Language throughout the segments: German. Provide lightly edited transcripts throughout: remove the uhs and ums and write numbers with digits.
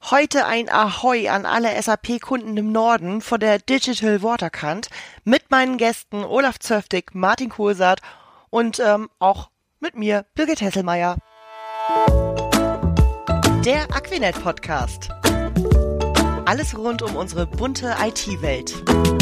Heute ein Ahoi an alle SAP-Kunden im Norden von der Digital Waterkant mit meinen Gästen Olaf Zöftig, Martin Kohlsaat und auch mit mir, Birgit Hesselmeier. Der Aquinet Podcast. Alles rund um unsere bunte IT-Welt.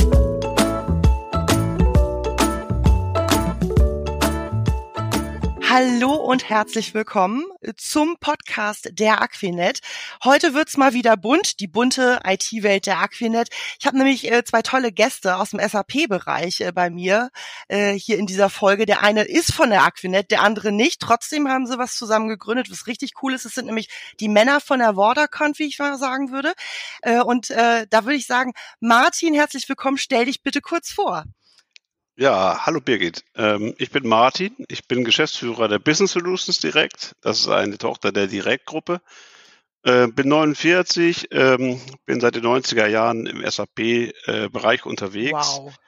Hallo und herzlich willkommen zum Podcast der Aquinet. Heute wird's mal wieder bunt, die bunte IT-Welt der Aquinet. Ich habe nämlich zwei tolle Gäste aus dem SAP-Bereich bei mir hier in dieser Folge. Der eine ist von der Aquinet, der andere nicht. Trotzdem haben sie was zusammen gegründet, was richtig cool ist. Es sind nämlich die Männer von der Waterkant, wie ich mal sagen würde. Da würde ich sagen, Martin, herzlich willkommen. Stell dich bitte kurz vor. Ja, hallo Birgit. Ich bin Martin. Ich bin Geschäftsführer der Business Solutions Direct. Das ist eine Tochter der Direct-Gruppe. Bin 49, bin seit den 90er Jahren im SAP-Bereich unterwegs. Wow.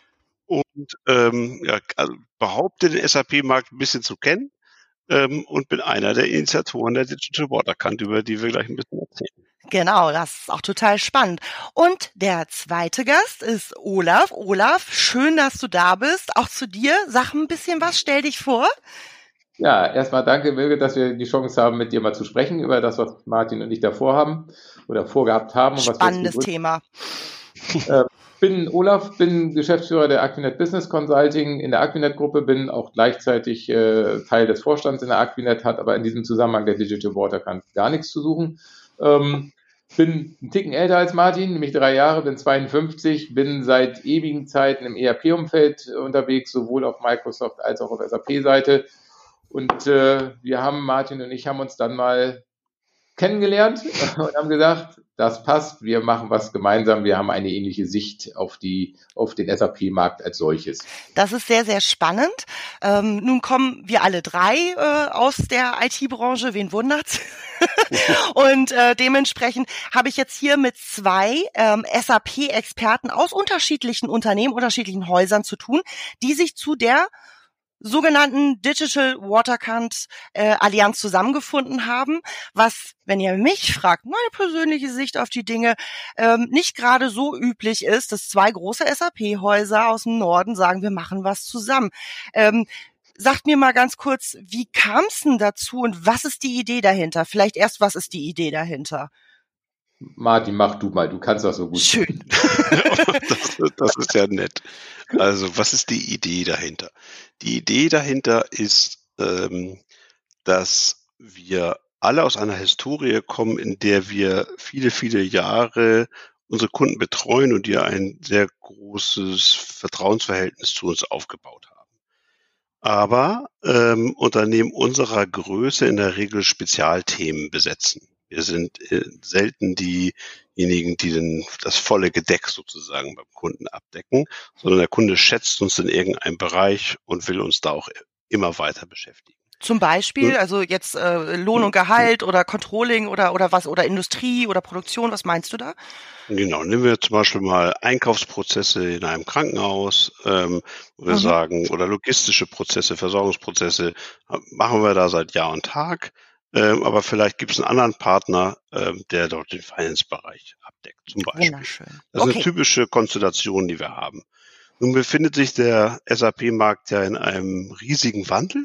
Und also behaupte den SAP-Markt ein bisschen zu kennen und bin einer der Initiatoren der Digital Waterkant, über die wir gleich ein bisschen erzählen. Genau, das ist auch total spannend. Und der zweite Gast ist Olaf. Olaf, schön, dass du da bist. Auch zu dir. Sag ein bisschen was, stell dich vor. Ja, erstmal danke, Birgit, dass wir die Chance haben, mit dir mal zu sprechen über das, was Martin und ich da vorhaben oder vorgehabt haben. Und Spannendes Thema. Bin Olaf, bin Geschäftsführer der Aquinet Business Consulting in der Aquinet-Gruppe, bin auch gleichzeitig Teil des Vorstands in der Aquinet, hat aber in diesem Zusammenhang der Digital Waterkant gar nichts zu suchen. Bin einen Ticken älter als Martin, nämlich 3 Jahre, bin 52, bin seit ewigen Zeiten im ERP-Umfeld unterwegs, sowohl auf Microsoft als auch auf SAP-Seite. Und Martin und ich haben uns dann mal kennengelernt und haben gesagt, das passt, wir machen was gemeinsam, wir haben eine ähnliche Sicht auf den SAP-Markt als solches. Das ist sehr, sehr spannend. Nun kommen wir alle drei aus der IT-Branche, wen wundert's? Und dementsprechend habe ich jetzt hier mit zwei SAP-Experten aus unterschiedlichen Unternehmen, unterschiedlichen Häusern zu tun, die sich zu der sogenannten Digital Waterkant Allianz zusammengefunden haben, was, wenn ihr mich fragt, meine persönliche Sicht auf die Dinge nicht gerade so üblich ist, dass zwei große SAP-Häuser aus dem Norden sagen, wir machen was zusammen. Sagt mir mal ganz kurz, wie kam es denn dazu und was ist die Idee dahinter? Vielleicht erst, was ist die Idee dahinter? Martin, mach du mal, du kannst das so gut. Schön. Das ist ja nett. Also, was ist die Idee dahinter? Die Idee dahinter ist, dass wir alle aus einer Historie kommen, in der wir viele, viele Jahre unsere Kunden betreuen und die ein sehr großes Vertrauensverhältnis zu uns aufgebaut haben. Aber Unternehmen unserer Größe in der Regel Spezialthemen besetzen. Wir sind selten diejenigen, die das volle Gedeck sozusagen beim Kunden abdecken, sondern der Kunde schätzt uns in irgendeinem Bereich und will uns da auch immer weiter beschäftigen. Zum Beispiel, also jetzt Lohn und Gehalt oder Controlling oder was oder Industrie oder Produktion, was meinst du da? Genau, nehmen wir zum Beispiel mal Einkaufsprozesse in einem Krankenhaus, wo wir sagen, oder logistische Prozesse, Versorgungsprozesse, machen wir da seit Jahr und Tag. Aber vielleicht gibt es einen anderen Partner, der dort den Finance-Bereich abdeckt, zum Beispiel. Wunderschön. Das ist eine typische Konstellation, die wir haben. Nun befindet sich der SAP-Markt ja in einem riesigen Wandel.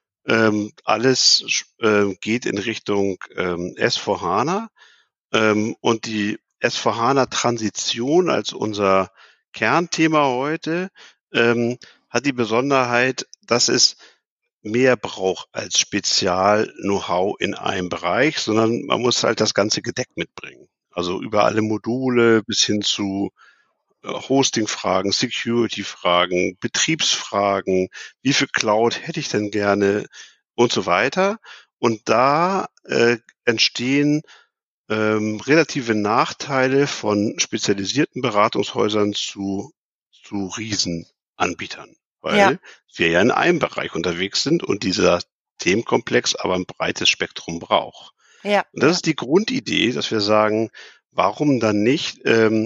Alles geht in Richtung S/4HANA und die S/4HANA-Transition als unser Kernthema heute hat die Besonderheit, dass es mehr braucht als Spezial-Know-how in einem Bereich, sondern man muss halt das ganze Gedeck mitbringen. Also über alle Module bis hin zu Hosting-Fragen, Security-Fragen, Betriebsfragen, wie viel Cloud hätte ich denn gerne und so weiter. Und da entstehen relative Nachteile von spezialisierten Beratungshäusern zu Riesenanbietern, weil wir ja in einem Bereich unterwegs sind und dieser Themenkomplex aber ein breites Spektrum braucht. Ja. Und das ist die Grundidee, dass wir sagen, warum dann nicht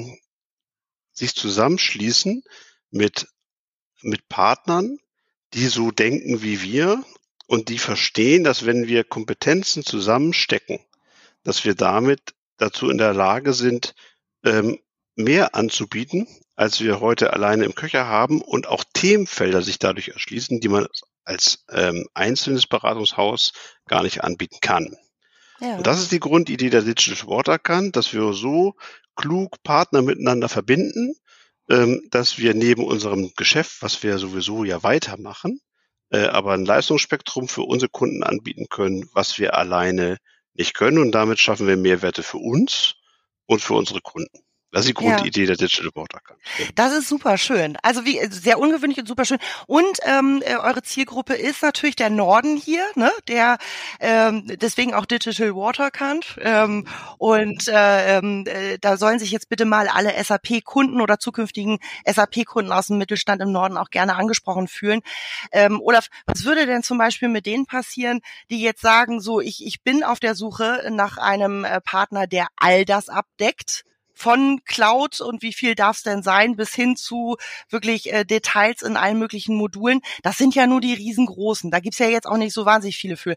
sich zusammenschließen mit Partnern, die so denken wie wir und die verstehen, dass wenn wir Kompetenzen zusammenstecken, dass wir damit dazu in der Lage sind, mehr anzubieten, als wir heute alleine im Köcher haben und auch Themenfelder sich dadurch erschließen, die man als einzelnes Beratungshaus gar nicht anbieten kann. Ja. Und das ist die Grundidee der Digital Waterkant, dass wir so klug Partner miteinander verbinden, dass wir neben unserem Geschäft, was wir sowieso ja weitermachen, aber ein Leistungsspektrum für unsere Kunden anbieten können, was wir alleine nicht können. Und damit schaffen wir Mehrwerte für uns und für unsere Kunden. Das ist die Grundidee der Digital Waterkant. Das ist super schön. Also sehr ungewöhnlich und super schön. Und eure Zielgruppe ist natürlich der Norden hier, ne? Der deswegen auch Digital Waterkant. Da sollen sich jetzt bitte mal alle SAP-Kunden oder zukünftigen SAP-Kunden aus dem Mittelstand im Norden auch gerne angesprochen fühlen. Olaf, was würde denn zum Beispiel mit denen passieren, die jetzt sagen, so ich bin auf der Suche nach einem Partner, der all das abdeckt? Von Cloud und wie viel darf es denn sein, bis hin zu wirklich Details in allen möglichen Modulen. Das sind ja nur die riesengroßen. Da gibt's ja jetzt auch nicht so wahnsinnig viele für.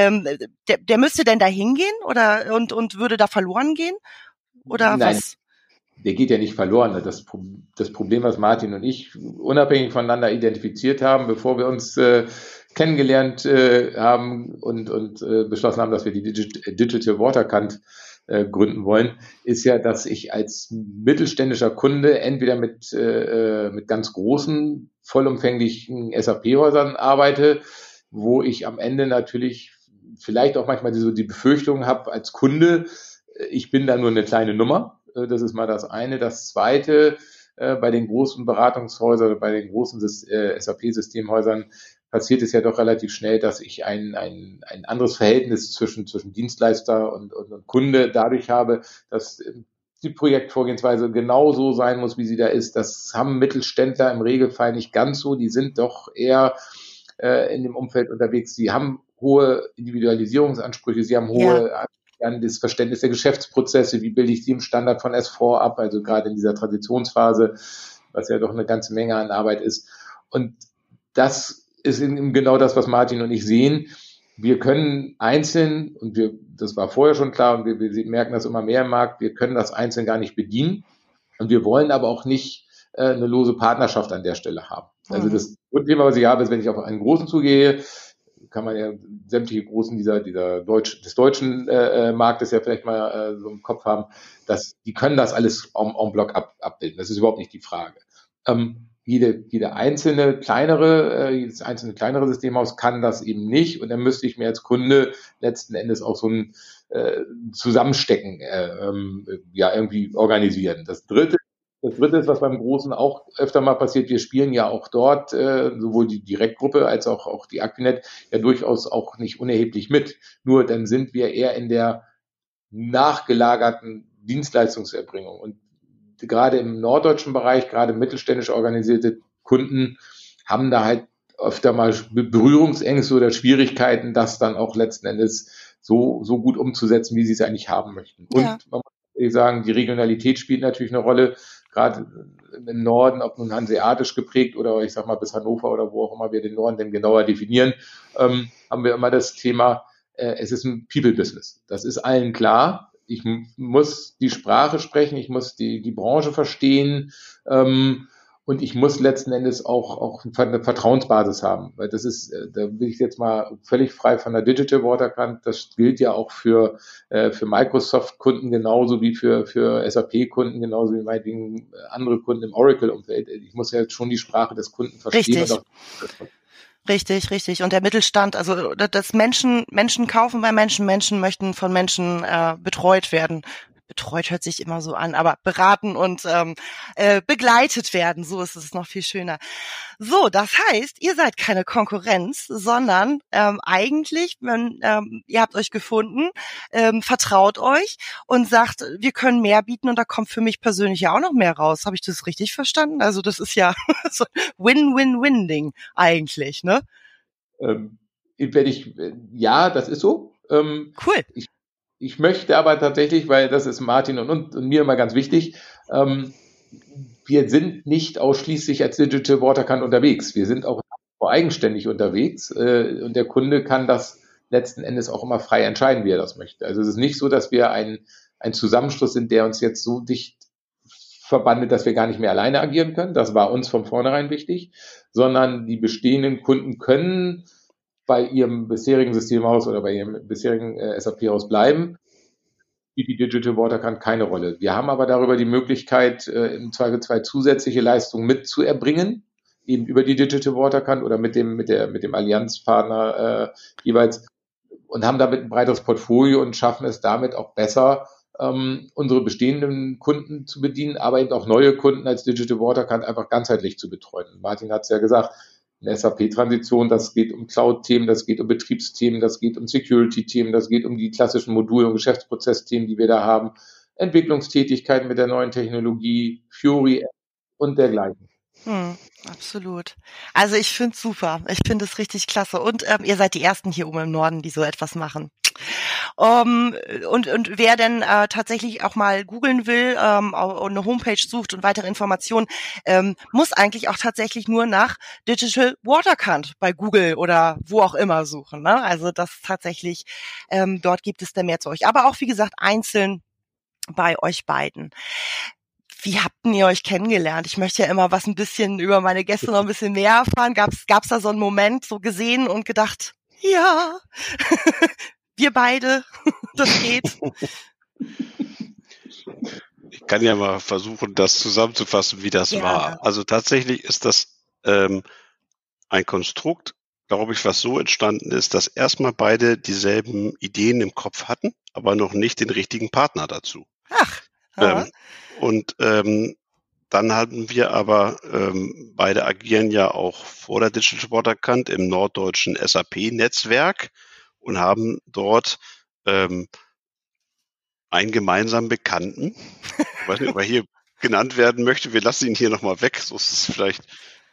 Der müsste denn da hingehen oder und würde da verloren gehen? Oder Nein, was? Der geht ja nicht verloren. Das Problem, was Martin und ich unabhängig voneinander identifiziert haben, bevor wir uns kennengelernt haben und beschlossen haben, dass wir die Digital Waterkant gründen wollen, ist ja, dass ich als mittelständischer Kunde entweder mit ganz großen, vollumfänglichen SAP-Häusern arbeite, wo ich am Ende natürlich vielleicht auch manchmal so die Befürchtung habe als Kunde, ich bin da nur eine kleine Nummer. Das ist mal das eine. Das zweite, bei den großen Beratungshäusern oder bei den großen SAP-Systemhäusern passiert es ja doch relativ schnell, dass ich ein anderes Verhältnis zwischen Dienstleister und Kunde dadurch habe, dass die Projektvorgehensweise genauso sein muss, wie sie da ist. Das haben Mittelständler im Regelfall nicht ganz so. Die sind doch eher in dem Umfeld unterwegs. Sie haben hohe Individualisierungsansprüche, sie haben hohe an das Verständnis der Geschäftsprozesse, wie bilde ich die im Standard von S4 ab, also gerade in dieser Transitionsphase, was ja doch eine ganze Menge an Arbeit ist. Und das ist genau das, was Martin und ich sehen. Wir können einzeln, und das war vorher schon klar, und wir merken das immer mehr im Markt, wir können das einzeln gar nicht bedienen. Und wir wollen aber auch nicht eine lose Partnerschaft an der Stelle haben. Also das Thema, was ich habe, ist, wenn ich auf einen Großen zugehe, kann man ja sämtliche Großen des deutschen Marktes ja vielleicht mal so im Kopf haben, dass die können das alles en bloc abbilden. Das ist überhaupt nicht die Frage. Jedes einzelne kleinere Systemhaus kann das eben nicht, und dann müsste ich mir als Kunde letzten Endes auch so ein Zusammenstecken irgendwie organisieren. Das dritte ist, was beim Großen auch öfter mal passiert, wir spielen ja auch dort sowohl die Direktgruppe als auch die Akvinet ja durchaus auch nicht unerheblich mit. Nur dann sind wir eher in der nachgelagerten Dienstleistungserbringung. Und gerade im norddeutschen Bereich, gerade mittelständisch organisierte Kunden haben da halt öfter mal Berührungsängste oder Schwierigkeiten, das dann auch letzten Endes so gut umzusetzen, wie sie es eigentlich haben möchten. Und man muss sagen, die Regionalität spielt natürlich eine Rolle, gerade im Norden, ob nun hanseatisch geprägt oder ich sag mal bis Hannover oder wo auch immer wir den Norden denn genauer definieren, haben wir immer das Thema, es ist ein People-Business. Das ist allen klar. Ich muss die Sprache sprechen, ich muss die Branche verstehen, und ich muss letzten Endes auch eine Vertrauensbasis haben. Weil das ist, da bin ich jetzt mal völlig frei von der Digital Waterkant. Das gilt ja auch für Microsoft-Kunden genauso wie für SAP-Kunden, genauso wie meinetwegen andere Kunden im Oracle-Umfeld. Ich muss ja jetzt schon die Sprache des Kunden verstehen. Richtig. Richtig. Und der Mittelstand, also das Menschen kaufen bei Menschen möchten von Menschen betreut werden. Betreut hört sich immer so an, aber beraten und begleitet werden, so ist es noch viel schöner. So, das heißt, ihr seid keine Konkurrenz, sondern eigentlich, ihr habt euch gefunden, vertraut euch und sagt, wir können mehr bieten, und da kommt für mich persönlich ja auch noch mehr raus. Habe ich das richtig verstanden? Also das ist ja so ein Win-Win-Win-Ding eigentlich, ne? Ja, das ist so. Cool. Ich möchte aber tatsächlich, weil das ist Martin und mir immer ganz wichtig, wir sind nicht ausschließlich als Digital Waterkant unterwegs. Wir sind auch eigenständig unterwegs, und der Kunde kann das letzten Endes auch immer frei entscheiden, wie er das möchte. Also es ist nicht so, dass wir ein ein Zusammenschluss sind, der uns jetzt so dicht verbandelt, dass wir gar nicht mehr alleine agieren können. Das war uns von vornherein wichtig, sondern die bestehenden Kunden können bei ihrem bisherigen Systemhaus oder bei ihrem bisherigen SAP-Haus bleiben. Spielt die Digital Waterkant keine Rolle. Wir haben aber darüber die Möglichkeit, im Zweifelsfall zusätzliche Leistungen mitzuerbringen, eben über die Digital Waterkant oder mit dem Allianzpartner jeweils, und haben damit ein breiteres Portfolio und schaffen es damit auch besser, unsere bestehenden Kunden zu bedienen, aber eben auch neue Kunden als Digital Waterkant einfach ganzheitlich zu betreuen. Martin hat es ja gesagt, eine SAP-Transition, das geht um Cloud-Themen, das geht um Betriebsthemen, das geht um Security-Themen, das geht um die klassischen Modul- und Geschäftsprozessthemen, die wir da haben, Entwicklungstätigkeiten mit der neuen Technologie, Fiori und dergleichen. Absolut. Also ich finde es super. Ich finde es richtig klasse. Und ihr seid die Ersten hier oben im Norden, die so etwas machen. Und wer denn tatsächlich auch mal googeln will und eine Homepage sucht und weitere Informationen, muss eigentlich auch tatsächlich nur nach Digital Waterkant bei Google oder wo auch immer suchen. Ne? Also das tatsächlich, dort gibt es dann mehr zu euch. Aber auch, wie gesagt, einzeln bei euch beiden. Wie habt ihr euch kennengelernt? Ich möchte ja immer was ein bisschen über meine Gäste noch ein bisschen mehr erfahren. Gab's da so einen Moment so gesehen und gedacht, ja, wir beide, das geht. Ich kann ja mal versuchen, das zusammenzufassen, wie das war. Also tatsächlich ist das ein Konstrukt, glaube ich, was so entstanden ist, dass erstmal beide dieselben Ideen im Kopf hatten, aber noch nicht den richtigen Partner dazu. Ach. Ja. Dann hatten wir aber, beide agieren ja auch vor der Digital Waterkant im norddeutschen SAP-Netzwerk und haben dort einen gemeinsamen Bekannten. Ich weiß nicht, ob er hier genannt werden möchte. Wir lassen ihn hier nochmal weg, so ist es vielleicht,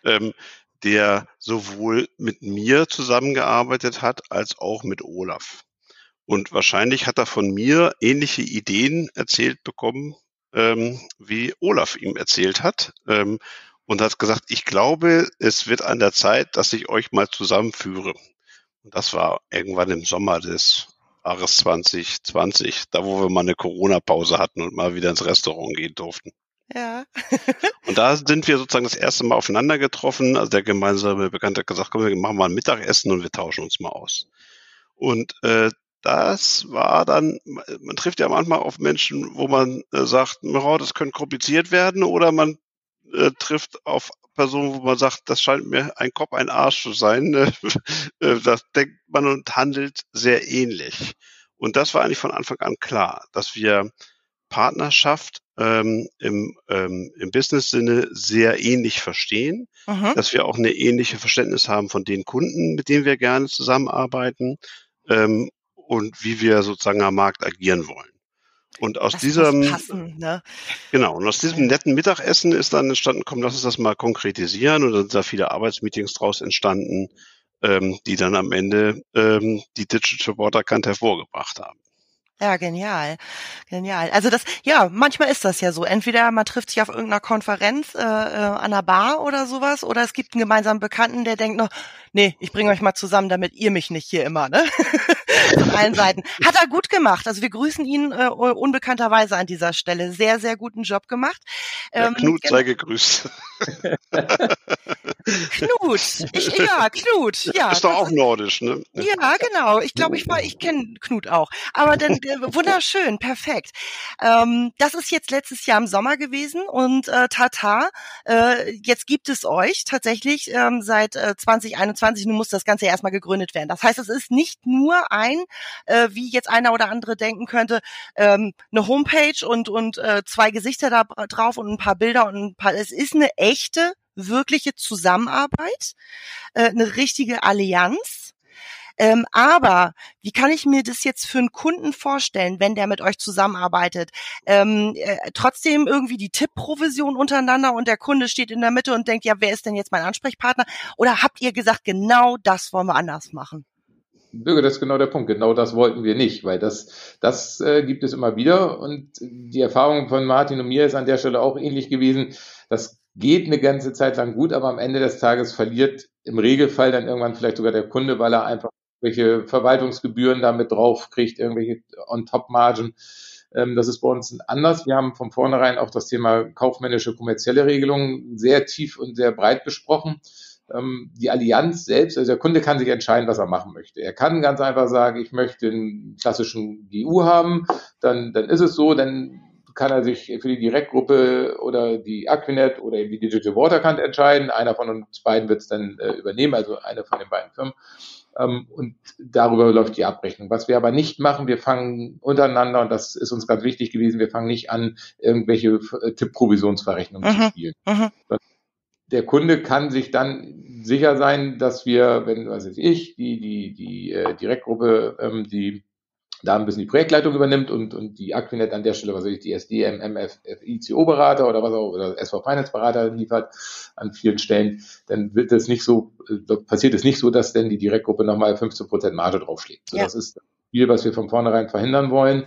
der sowohl mit mir zusammengearbeitet hat, als auch mit Olaf. Und wahrscheinlich hat er von mir ähnliche Ideen erzählt bekommen, wie Olaf ihm erzählt hat, und hat gesagt, ich glaube, es wird an der Zeit, dass ich euch mal zusammenführe. Und das war irgendwann im Sommer des Jahres 2020, da wo wir mal eine Corona-Pause hatten und mal wieder ins Restaurant gehen durften. Ja. Und da sind wir sozusagen das erste Mal aufeinander getroffen. Also der gemeinsame Bekannte hat gesagt, komm, wir machen mal ein Mittagessen und wir tauschen uns mal aus. Und das war dann, man trifft ja manchmal auf Menschen, wo man sagt, das könnte kompliziert werden, oder man trifft auf Personen, wo man sagt, das scheint mir ein Kopf, ein Arsch zu sein. Das denkt man und handelt sehr ähnlich. Und das war eigentlich von Anfang an klar, dass wir Partnerschaft im Business-Sinne sehr ähnlich verstehen, dass wir auch eine ähnliche Verständnis haben von den Kunden, mit denen wir gerne zusammenarbeiten, und wie wir sozusagen am Markt agieren wollen. Und aus diesem Genau, und aus diesem netten Mittagessen ist dann entstanden, komm, lass uns das mal konkretisieren, und dann sind da viele Arbeitsmeetings draus entstanden, die dann am Ende die Digital Waterkant hervorgebracht haben. Ja, genial. Genial. Also manchmal ist das ja so. Entweder man trifft sich auf irgendeiner Konferenz an einer Bar oder sowas, oder es gibt einen gemeinsamen Bekannten, der denkt noch, nee, ich bringe euch mal zusammen, damit ihr mich nicht hier immer, ne? Von allen Seiten. Hat er gut gemacht. Also wir grüßen ihn unbekannterweise an dieser Stelle. Sehr, sehr guten Job gemacht. Knut sei gegrüßt. Knut. Knut. Ja. Ist doch auch nordisch, ne? Ja, genau. Ich glaube, ich kenne Knut auch. Aber dann wunderschön, perfekt. Das ist jetzt letztes Jahr im Sommer gewesen und jetzt gibt es euch tatsächlich seit 2021. Nun muss das Ganze erstmal gegründet werden. Das heißt, es ist nicht nur wie jetzt einer oder andere denken könnte, eine Homepage und zwei Gesichter da drauf und ein paar Bilder und es ist eine echte, wirkliche Zusammenarbeit, eine richtige Allianz. Aber wie kann ich mir das jetzt für einen Kunden vorstellen, wenn der mit euch zusammenarbeitet? Trotzdem irgendwie die Tippprovision untereinander und der Kunde steht in der Mitte und denkt, ja, wer ist denn jetzt mein Ansprechpartner? Oder habt ihr gesagt, genau das wollen wir anders machen? Bürger, das ist genau der Punkt. Genau das wollten wir nicht, weil das gibt es immer wieder. Und die Erfahrung von Martin und mir ist an der Stelle auch ähnlich gewesen. Das geht eine ganze Zeit lang gut, aber am Ende des Tages verliert im Regelfall dann irgendwann vielleicht sogar der Kunde, weil er einfach irgendwelche Verwaltungsgebühren damit drauf kriegt, irgendwelche On-Top-Margen. Das ist bei uns anders. Wir haben von vornherein auch das Thema kaufmännische, kommerzielle Regelungen sehr tief und sehr breit besprochen. Die Allianz selbst, also der Kunde kann sich entscheiden, was er machen möchte. Er kann ganz einfach sagen, ich möchte einen klassischen GU haben, dann ist es so, dann kann er sich für die Direktgruppe oder die Aquinet oder die Digital Waterkant entscheiden. Einer von uns beiden wird es dann übernehmen, also eine von den beiden Firmen. Und darüber läuft die Abrechnung. Was wir aber nicht machen, wir fangen untereinander, und das ist uns ganz wichtig gewesen, wir fangen nicht an, irgendwelche Tipp-Provisionsverrechnungen zu spielen. Der Kunde kann sich dann sicher sein, dass wir, wenn, was weiß ich, die Direktgruppe, die da ein bisschen die Projektleitung übernimmt und die Aquinet an der Stelle, was weiß ich, die SD, FICO-Berater oder was auch, oder SV Finance-Berater liefert an vielen Stellen, dann wird es nicht so, passiert es nicht so, dass denn die Direktgruppe nochmal 15% Marge draufschlägt. So, das ist das Spiel, was wir von vornherein verhindern wollen,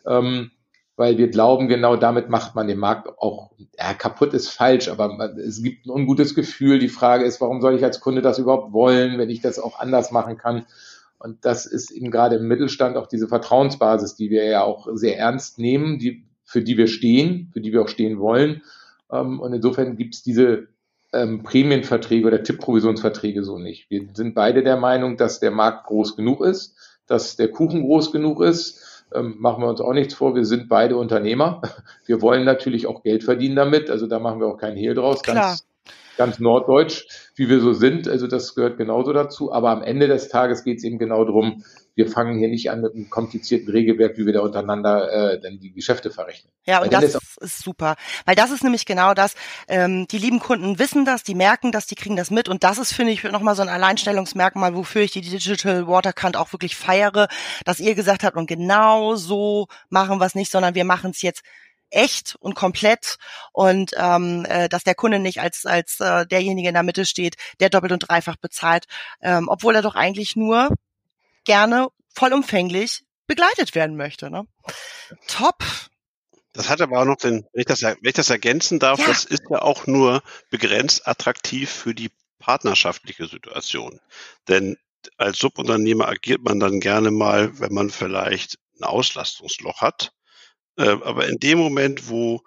weil wir glauben, genau damit macht man den Markt auch, kaputt ist falsch, aber es gibt ein ungutes Gefühl. Die Frage ist, warum soll ich als Kunde das überhaupt wollen, wenn ich das auch anders machen kann? Und das ist eben gerade im Mittelstand auch diese Vertrauensbasis, die wir ja auch sehr ernst nehmen, für die wir stehen, für die wir auch stehen wollen. Und insofern gibt es diese Prämienverträge oder Tippprovisionsverträge so nicht. Wir sind beide der Meinung, dass der Markt groß genug ist, dass der Kuchen groß genug ist. Machen wir uns auch nichts vor, wir sind beide Unternehmer. Wir wollen natürlich auch Geld verdienen damit, also da machen wir auch keinen Hehl draus. Ganz norddeutsch, wie wir so sind, also das gehört genauso dazu, aber am Ende des Tages geht es eben genau darum, wir fangen hier nicht an mit einem komplizierten Regelwerk, wie wir da untereinander dann die Geschäfte verrechnen. Ja, und das ist super, weil das ist nämlich genau das, die lieben Kunden wissen das, die merken das, die kriegen das mit und das ist, finde ich, nochmal so ein Alleinstellungsmerkmal, wofür ich die Digital Waterkant auch wirklich feiere, dass ihr gesagt habt, und genau so machen wir es nicht, sondern wir machen es jetzt echt und komplett und dass der Kunde nicht als derjenige in der Mitte steht, der doppelt und dreifach bezahlt, obwohl er doch eigentlich nur gerne vollumfänglich begleitet werden möchte. Ne? Top. Das hat aber auch noch wenn ich das ergänzen darf, das ist ja auch nur begrenzt attraktiv für die partnerschaftliche Situation. Denn als Subunternehmer agiert man dann gerne mal, wenn man vielleicht ein Auslastungsloch hat. Aber in dem Moment, wo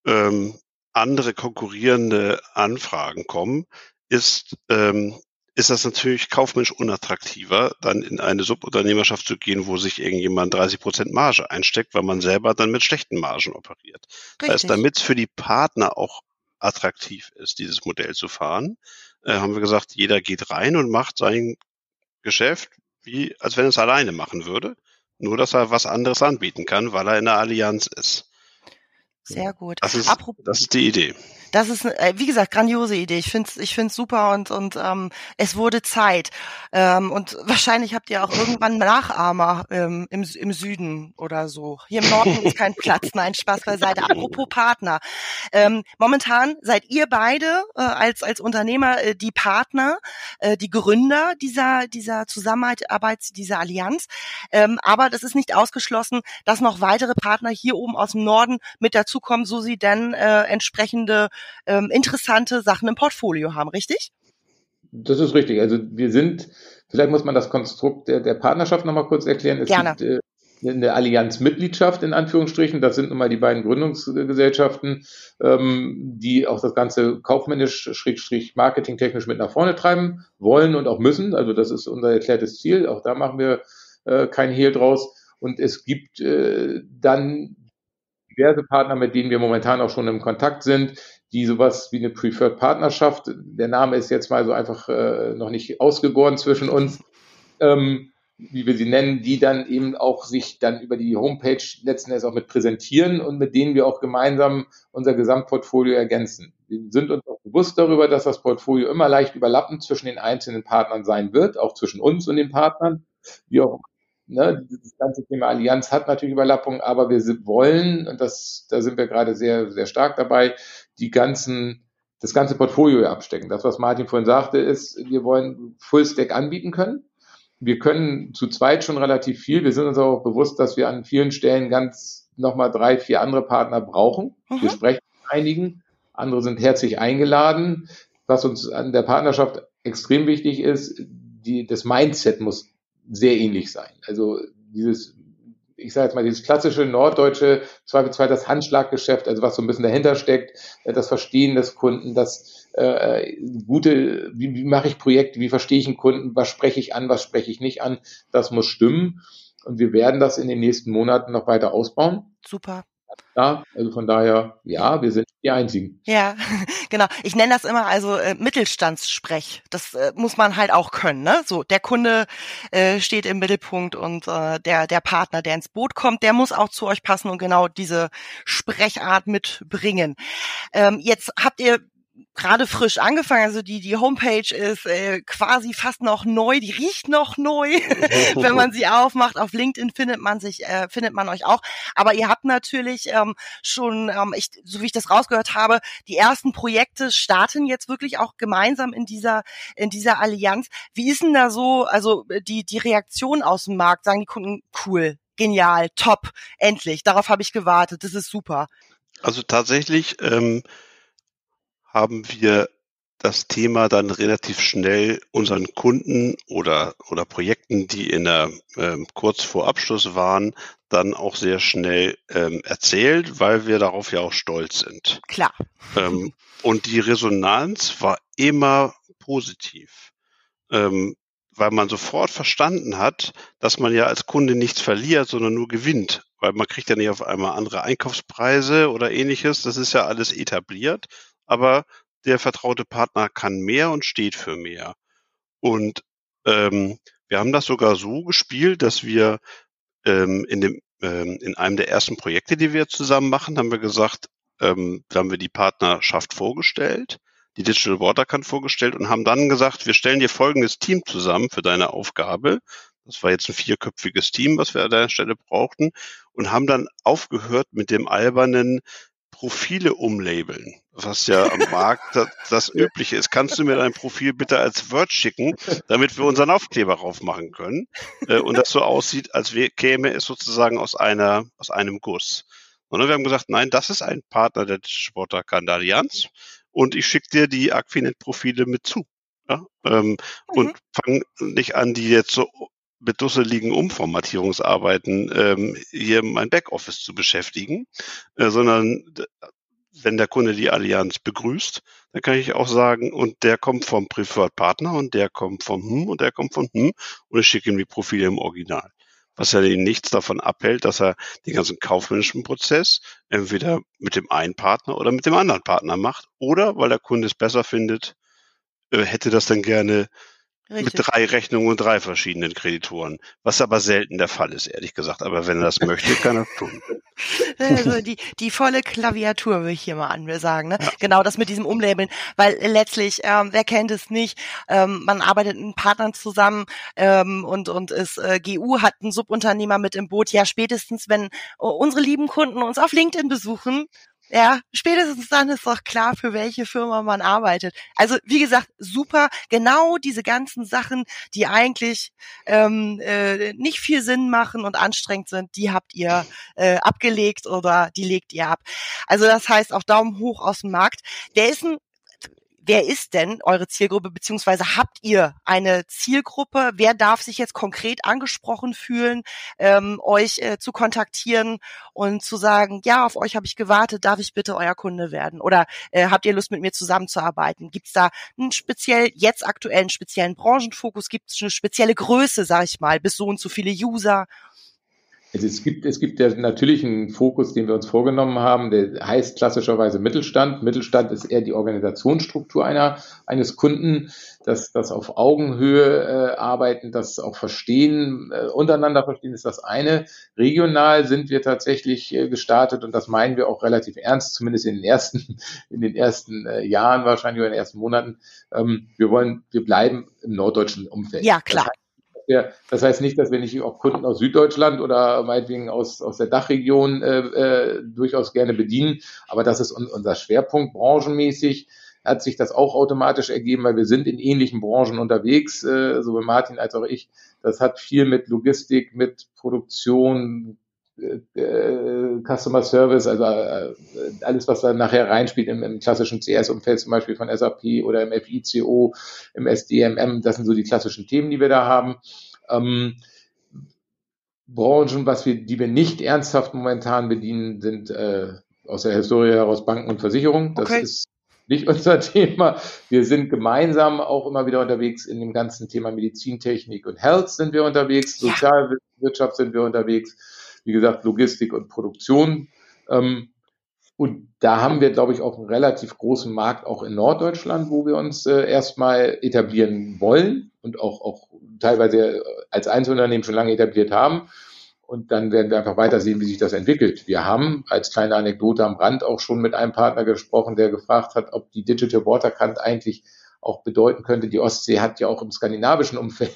andere konkurrierende Anfragen kommen, ist das natürlich kaufmännisch unattraktiver, dann in eine Subunternehmerschaft zu gehen, wo sich irgendjemand 30% Marge einsteckt, weil man selber dann mit schlechten Margen operiert. Richtig. Das heißt, damit es für die Partner auch attraktiv ist, dieses Modell zu fahren, haben wir gesagt, jeder geht rein und macht sein Geschäft, wie als wenn er es alleine machen würde. Nur, dass er was anderes anbieten kann, weil er in der Allianz ist. Sehr gut. Das ist die Idee. Das ist, wie gesagt, grandiose Idee. Ich find's super und es wurde Zeit. Und wahrscheinlich habt ihr auch irgendwann Nachahmer im Süden oder so. Hier im Norden ist kein Platz. Nein, Spaß beiseite. Apropos Partner. Momentan seid ihr beide als Unternehmer die Partner, die Gründer dieser Zusammenarbeit, dieser Allianz. Aber das ist nicht ausgeschlossen, dass noch weitere Partner hier oben aus dem Norden mit dazukommen, so sie denn entsprechende interessante Sachen im Portfolio haben, richtig? Das ist richtig. Also wir sind, vielleicht muss man das Konstrukt der Partnerschaft nochmal kurz erklären. Es Gerne. gibt eine Allianzmitgliedschaft in Anführungsstrichen. Das sind nun mal die beiden Gründungsgesellschaften, die auch das Ganze kaufmännisch, marketingtechnisch mit nach vorne treiben wollen und auch müssen. Also das ist unser erklärtes Ziel. Auch da machen wir kein Hehl draus. Und es gibt dann diverse Partner, mit denen wir momentan auch schon im Kontakt sind, die sowas wie eine Preferred Partnerschaft, der Name ist jetzt mal so einfach noch nicht ausgegoren zwischen uns, wie wir sie nennen, die dann eben auch sich dann über die Homepage letzten Endes auch mit präsentieren und mit denen wir auch gemeinsam unser Gesamtportfolio ergänzen. Wir sind uns auch bewusst darüber, dass das Portfolio immer leicht überlappend zwischen den einzelnen Partnern sein wird, auch zwischen uns und den Partnern, wie auch dieses ganze Thema Allianz hat natürlich Überlappungen, aber wir wollen, und da sind wir gerade sehr, sehr stark dabei, das ganze Portfolio abstecken. Das, was Martin vorhin sagte, ist, wir wollen Full-Stack anbieten können. Wir können zu zweit schon relativ viel. Wir sind uns auch bewusst, dass wir an vielen Stellen ganz nochmal 3, 4 andere Partner brauchen. Wir sprechen mit einigen. Andere sind herzlich eingeladen. Was uns an der Partnerschaft extrem wichtig ist, das Mindset muss sehr ähnlich sein. Also ich sage jetzt mal, dieses klassische norddeutsche, zweifelsfrei das Handschlaggeschäft, also was so ein bisschen dahinter steckt, das Verstehen des Kunden, das wie mache ich Projekte, wie verstehe ich einen Kunden, was spreche ich an, was spreche ich nicht an, das muss stimmen. Und wir werden das in den nächsten Monaten noch weiter ausbauen. Super. Ja, also von daher, ja, wir sind die Einzigen. Ja, genau. Ich nenne das immer also Mittelstandssprech. Das muss man halt auch können, ne? So, der Kunde steht im Mittelpunkt und der Partner, der ins Boot kommt, der muss auch zu euch passen und genau diese Sprechart mitbringen. Jetzt habt ihr gerade frisch angefangen, also die Homepage ist quasi fast noch neu, die riecht noch neu, wenn man sie aufmacht. Auf LinkedIn findet man euch auch. Aber ihr habt natürlich schon, so wie ich das rausgehört habe, die ersten Projekte starten jetzt wirklich auch gemeinsam in dieser Allianz. Wie ist denn da so, also die Reaktion aus dem Markt? Sagen die Kunden, cool, genial, top, endlich, darauf habe ich gewartet, das ist super. Also tatsächlich haben wir das Thema dann relativ schnell unseren Kunden oder Projekten, die in der kurz vor Abschluss waren, dann auch sehr schnell erzählt, weil wir darauf ja auch stolz sind. Klar. Und die Resonanz war immer positiv, weil man sofort verstanden hat, dass man ja als Kunde nichts verliert, sondern nur gewinnt, weil man kriegt ja nicht auf einmal andere Einkaufspreise oder ähnliches. Das ist ja alles etabliert. Aber der vertraute Partner kann mehr und steht für mehr. Und wir haben das sogar so gespielt, dass wir in einem der ersten Projekte, die wir zusammen machen, haben wir gesagt, da haben wir die Partnerschaft vorgestellt, die Digital Waterkant vorgestellt und haben dann gesagt, wir stellen dir folgendes Team zusammen für deine Aufgabe. Das war jetzt ein 4-köpfiges Team, was wir an der Stelle brauchten und haben dann aufgehört mit dem albernen Profile umlabeln, was ja am Markt das Übliche ist. Kannst du mir dein Profil bitte als Word schicken, damit wir unseren Aufkleber drauf machen können und das so aussieht, als käme es sozusagen aus einem Guss. Und wir haben gesagt, nein, das ist ein Partner der Digital Waterkant Allianz und ich schicke dir die Aquinet-Profile mit zu. Ja? Und fang nicht an, die jetzt so mit dusseligen Umformatierungsarbeiten hier mein Backoffice zu beschäftigen, sondern wenn der Kunde die Allianz begrüßt, dann kann ich auch sagen, und der kommt vom Preferred Partner und der kommt vom und der kommt von und ich schicke ihm die Profile im Original. Was ja nichts davon abhält, dass er den ganzen kaufmännischen Prozess entweder mit dem einen Partner oder mit dem anderen Partner macht oder, weil der Kunde es besser findet, hätte das dann gerne Richtig. Mit 3 Rechnungen und 3 verschiedenen Kreditoren, was aber selten der Fall ist, ehrlich gesagt. Aber wenn er das möchte, kann er es tun. Also die volle Klaviatur will ich hier mal an mir sagen, ne? Ja. Genau das mit diesem Umlabeln, weil letztlich, wer kennt es nicht, man arbeitet mit Partnern zusammen und ist GU hat einen Subunternehmer mit im Boot. Ja, spätestens, wenn unsere lieben Kunden uns auf LinkedIn besuchen, ja, spätestens dann ist doch klar, für welche Firma man arbeitet. Also wie gesagt, super, genau diese ganzen Sachen, die eigentlich nicht viel Sinn machen und anstrengend sind, die habt ihr abgelegt oder die legt ihr ab. Also das heißt auch Daumen hoch aus dem Markt. Wer ist denn eure Zielgruppe, beziehungsweise habt ihr eine Zielgruppe? Wer darf sich jetzt konkret angesprochen fühlen, euch zu kontaktieren und zu sagen, ja, auf euch habe ich gewartet, darf ich bitte euer Kunde werden? Oder habt ihr Lust, mit mir zusammenzuarbeiten? Gibt es da einen aktuellen speziellen Branchenfokus? Gibt es eine spezielle Größe, sag ich mal, bis so und so viele User? Also es gibt ja natürlich einen Fokus, den wir uns vorgenommen haben, der heißt klassischerweise Mittelstand. Mittelstand ist eher die Organisationsstruktur eines Kunden, das auf Augenhöhe arbeiten, das auch verstehen, untereinander verstehen ist das eine. Regional sind wir tatsächlich gestartet und das meinen wir auch relativ ernst, zumindest in den ersten Jahren wahrscheinlich oder in den ersten Monaten. Wir bleiben im norddeutschen Umfeld. Ja, klar. Das heißt nicht, dass wir nicht auch Kunden aus Süddeutschland oder meinetwegen aus der Dachregion durchaus gerne bedienen, aber das ist unser Schwerpunkt. Branchenmäßig hat sich das auch automatisch ergeben, weil wir sind in ähnlichen Branchen unterwegs, sowohl Martin als auch ich. Das hat viel mit Logistik, mit Produktion, Customer Service, also alles, was da nachher reinspielt im klassischen CS-Umfeld, zum Beispiel von SAP oder im FICO, im SDMM, das sind so die klassischen Themen, die wir da haben. Branchen, die wir nicht ernsthaft momentan bedienen, sind aus der Historie heraus Banken und Versicherungen. Das ist nicht unser Thema. Wir sind gemeinsam auch immer wieder unterwegs in dem ganzen Thema Medizintechnik und Health sind wir unterwegs, Sozialwirtschaft sind wir unterwegs, wie gesagt, Logistik und Produktion. Und da haben wir, glaube ich, auch einen relativ großen Markt auch in Norddeutschland, wo wir uns erstmal etablieren wollen und auch teilweise als Einzelunternehmen schon lange etabliert haben. Und dann werden wir einfach weiter sehen, wie sich das entwickelt. Wir haben als kleine Anekdote am Rand auch schon mit einem Partner gesprochen, der gefragt hat, ob die Digital Water Cant eigentlich auch bedeuten könnte, die Ostsee hat ja auch im skandinavischen Umfeld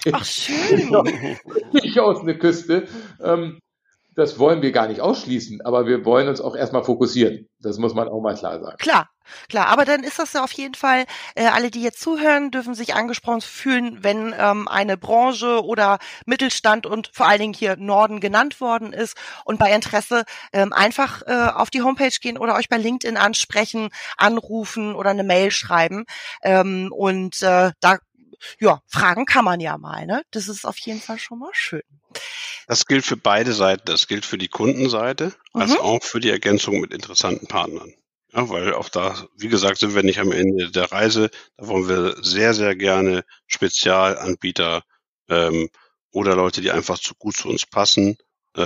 durchaus eine Küste. Das wollen wir gar nicht ausschließen, aber wir wollen uns auch erstmal fokussieren. Das muss man auch mal klar sagen. Klar, aber dann ist das ja auf jeden Fall, alle, die jetzt zuhören, dürfen sich angesprochen fühlen, wenn eine Branche oder Mittelstand und vor allen Dingen hier Norden genannt worden ist und bei Interesse einfach auf die Homepage gehen oder euch bei LinkedIn ansprechen, anrufen oder eine Mail schreiben und da fragen kann man ja mal, ne? Das ist auf jeden Fall schon mal schön. Das gilt für beide Seiten. Das gilt für die Kundenseite als auch für die Ergänzung mit interessanten Partnern. Ja, weil auch da, wie gesagt, sind wir nicht am Ende der Reise. Da wollen wir sehr, sehr gerne Spezialanbieter oder Leute, die einfach zu gut zu uns passen,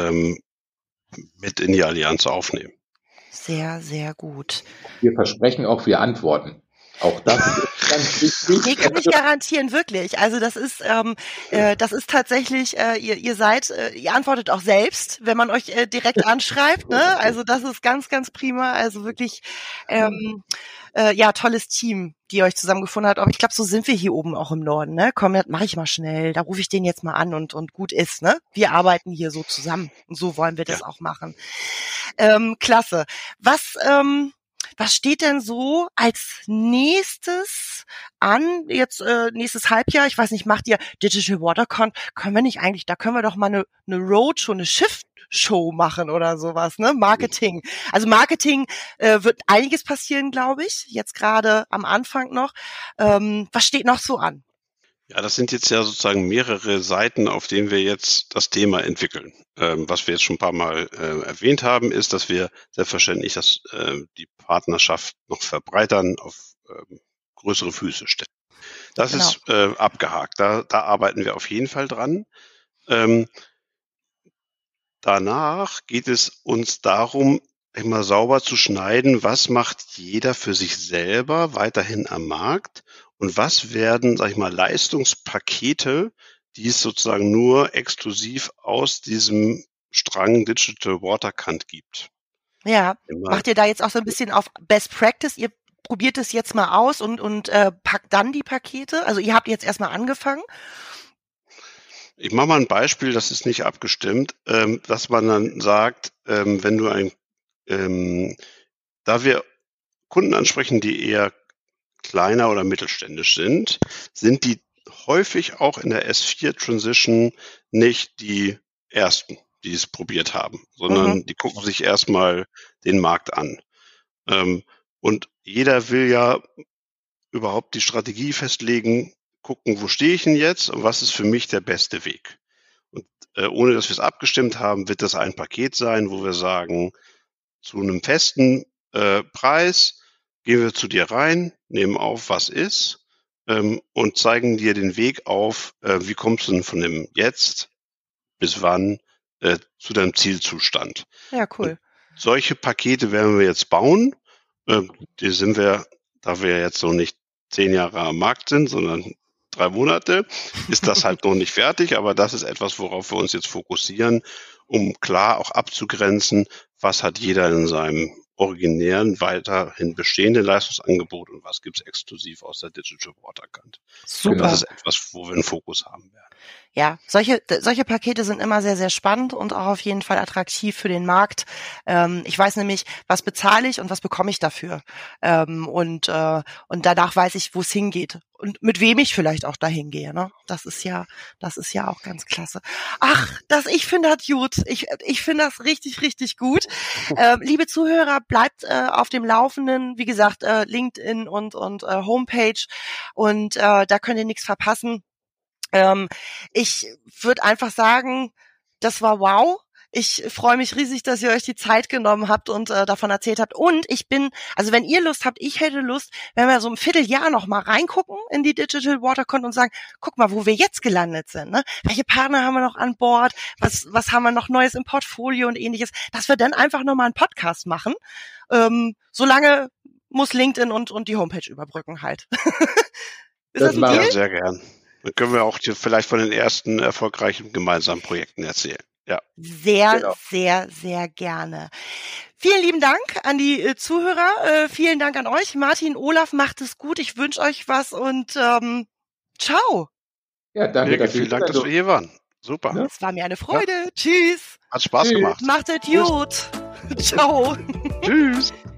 mit in die Allianz aufnehmen. Sehr, sehr gut. Wir versprechen auch, wir antworten. Auch das ist ganz wichtig. Nee, kann ich garantieren, wirklich. Also das ist tatsächlich, ihr antwortet auch selbst, wenn man euch direkt anschreibt, ne? Also das ist ganz, ganz prima. Also wirklich, tolles Team, die ihr euch zusammengefunden habt. Aber ich glaube, so sind wir hier oben auch im Norden, ne? Komm, das mache ich mal schnell. Da rufe ich den jetzt mal an und gut ist, ne? Wir arbeiten hier so zusammen. Und so wollen wir das auch machen. Klasse. Was steht denn so als nächstes an, jetzt nächstes Halbjahr? Ich weiß nicht, macht ihr Digital WaterCon? Können wir doch mal eine Roadshow, eine Shift-Show machen oder sowas, ne? Marketing. Also Marketing wird einiges passieren, glaube ich, jetzt gerade am Anfang noch. Was steht noch so an? Ja, das sind jetzt ja sozusagen mehrere Seiten, auf denen wir jetzt das Thema entwickeln. Was wir jetzt schon ein paar Mal erwähnt haben, ist, dass wir selbstverständlich die Partnerschaft noch verbreitern, auf größere Füße stellen. Das ist abgehakt. Da arbeiten wir auf jeden Fall dran. Danach geht es uns darum, immer sauber zu schneiden, was macht jeder für sich selber weiterhin am Markt und was werden, sag ich mal, Leistungspakete, die es sozusagen nur exklusiv aus diesem Strang Digital Water Cant gibt. Ja, macht ihr da jetzt auch so ein bisschen auf Best Practice? Ihr probiert es jetzt mal aus und packt dann die Pakete? Also ihr habt jetzt erstmal angefangen? Ich mache mal ein Beispiel, das ist nicht abgestimmt, dass man dann sagt, wenn du da wir Kunden ansprechen, die eher kleiner oder mittelständisch sind die häufig auch in der S4 Transition nicht die ersten, die es probiert haben, sondern die gucken sich erstmal den Markt an. Und jeder will ja überhaupt die Strategie festlegen, gucken, wo stehe ich denn jetzt und was ist für mich der beste Weg. Und ohne dass wir es abgestimmt haben, wird das ein Paket sein, wo wir sagen, zu einem festen Preis gehen wir zu dir rein, nehmen auf, was ist und zeigen dir den Weg auf, wie kommst du denn von dem Jetzt bis wann zu deinem Zielzustand. Ja, cool. Und solche Pakete werden wir jetzt bauen. Die sind wir, da wir jetzt noch nicht 10 Jahre am Markt sind, sondern 3 Monate, ist das halt noch nicht fertig. Aber das ist etwas, worauf wir uns jetzt fokussieren, um klar auch abzugrenzen, was hat jeder in seinem originären, weiterhin bestehenden Leistungsangebot und was gibt's exklusiv aus der Digital Water Cant. Super. Das ist etwas, wo wir einen Fokus haben werden. Ja, solche Pakete sind immer sehr, sehr spannend und auch auf jeden Fall attraktiv für den Markt. Ich weiß nämlich, was bezahle ich und was bekomme ich dafür. Und danach weiß ich, wo es hingeht und mit wem ich vielleicht auch dahin gehe. Ne? Das ist ja auch ganz klasse. Ach, ich finde das gut. Ich finde das richtig, richtig gut. Liebe Zuhörer, bleibt auf dem Laufenden. Wie gesagt, LinkedIn und Homepage und da könnt ihr nichts verpassen. Ich würde einfach sagen, Das war wow. Ich freue mich riesig, dass ihr euch die Zeit genommen habt und davon erzählt habt. Und also wenn ihr Lust habt, ich hätte Lust, wenn wir so ein Vierteljahr noch mal reingucken in die Digital WaterCon und sagen, guck mal, wo wir jetzt gelandet sind. Ne? Welche Partner haben wir noch an Bord? Was haben wir noch Neues im Portfolio und ähnliches? Dass wir dann einfach noch mal einen Podcast machen. Solange muss LinkedIn und die Homepage überbrücken halt. Ist das ein Deal? Ja, sehr gern. Dann können wir auch vielleicht von den ersten erfolgreichen gemeinsamen Projekten erzählen. Ja. Sehr, sehr, sehr gerne. Vielen lieben Dank an die Zuhörer. Vielen Dank an euch. Martin, Olaf, macht es gut. Ich wünsche euch was und ciao. Ja, danke. Vielen Dank, dass wir hier waren. Super. Ja. Es war mir eine Freude. Ja. Tschüss. Hat Spaß gemacht. Macht es gut. Ciao. Tschüss.